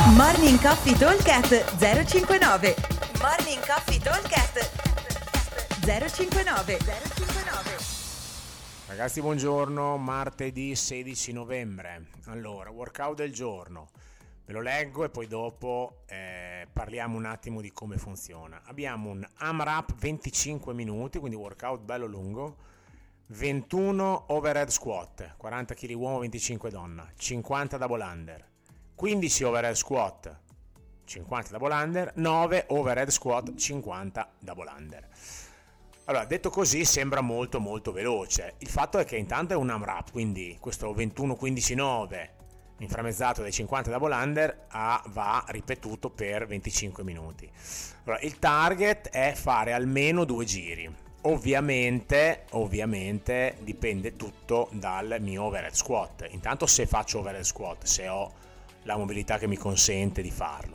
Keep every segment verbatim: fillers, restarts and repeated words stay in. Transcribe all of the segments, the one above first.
Morning Coffee Talkcast zero cinquantanove. Morning Coffee Talkcast zero cinquantanove. Ragazzi, buongiorno, martedì sedici novembre. Allora, workout del giorno. Ve lo leggo e poi dopo eh, parliamo un attimo di come funziona. Abbiamo un AMRAP venticinque minuti, quindi workout bello lungo. ventuno overhead squat, quaranta chili uomo, venticinque donna, cinquanta double under, quindici overhead squat, cinquanta double under, nove overhead squat, cinquanta double under. Allora, detto così sembra molto molto veloce. Il fatto è che intanto è un AMRAP, quindi questo ventuno quindici nove inframmezzato dai cinquanta double under a, va ripetuto per venticinque minuti. Allora, il target è fare almeno due giri. Ovviamente, ovviamente dipende tutto dal mio overhead squat. Intanto se faccio overhead squat, se ho la mobilità che mi consente di farlo,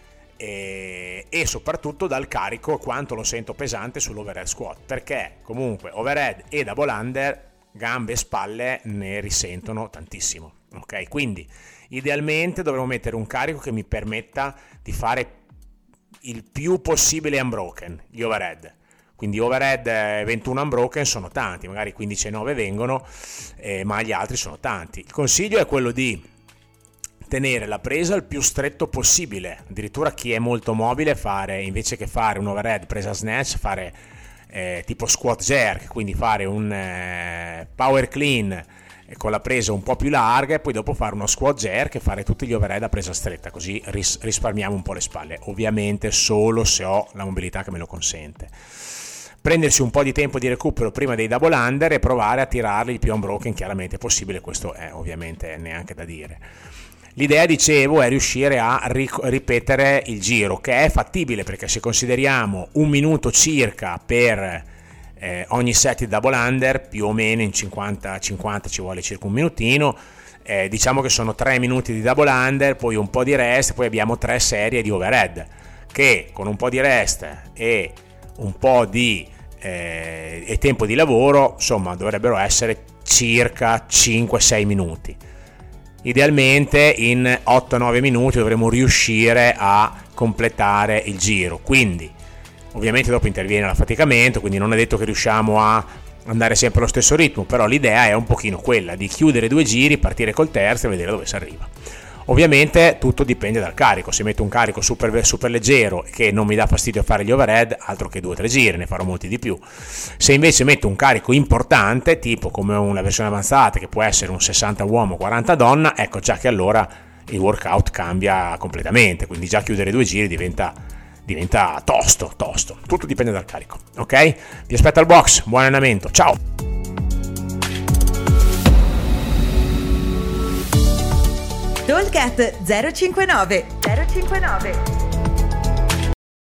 e, e soprattutto dal carico, quanto lo sento pesante sull'overhead squat, perché comunque overhead e double under, gambe e spalle ne risentono tantissimo, ok? Quindi idealmente dovremo mettere un carico che mi permetta di fare il più possibile unbroken gli overhead. Quindi overhead ventuno unbroken sono tanti, magari quindici e nove vengono, eh, ma gli altri sono tanti. Il consiglio è quello di tenere la presa il più stretto possibile. Addirittura chi è molto mobile, fare invece che fare un overhead presa snatch, fare eh, tipo squat jerk, quindi fare un eh, power clean con la presa un po' più larga e poi dopo fare uno squat jerk e fare tutti gli overhead a presa stretta, così ris- risparmiamo un po' le spalle. Ovviamente solo se ho la mobilità che me lo consente. Prendersi un po' di tempo di recupero prima dei double under e provare a tirarli il più unbroken chiaramente possibile. Questo è ovviamente neanche da dire. L'idea, dicevo, è riuscire a ric- ripetere il giro, che è fattibile, perché se consideriamo un minuto circa per eh, ogni set di double under, più o meno in cinquanta cinquanta ci vuole circa un minutino, eh, diciamo che sono tre minuti di double under, poi un po' di rest, poi abbiamo tre serie di overhead, che con un po' di rest e un po' di eh, e tempo di lavoro, insomma, dovrebbero essere circa cinque sei minuti. Idealmente in otto nove minuti dovremo riuscire a completare il giro. Quindi ovviamente dopo interviene l'affaticamento, quindi non è detto che riusciamo a andare sempre allo stesso ritmo, però l'idea è un pochino quella di chiudere due giri, partire col terzo e vedere dove si arriva. Ovviamente tutto dipende dal carico. Se metto un carico super, super leggero che non mi dà fastidio fare gli overhead, altro che due o tre giri, ne farò molti di più. Se invece metto un carico importante, tipo come una versione avanzata che può essere un sessanta uomo quaranta donna, ecco già che allora il workout cambia completamente, quindi già chiudere due giri diventa, diventa tosto, tosto. Tutto dipende dal carico, ok? Vi aspetto al box, buon allenamento, ciao! Talkcast zero cinquantanove.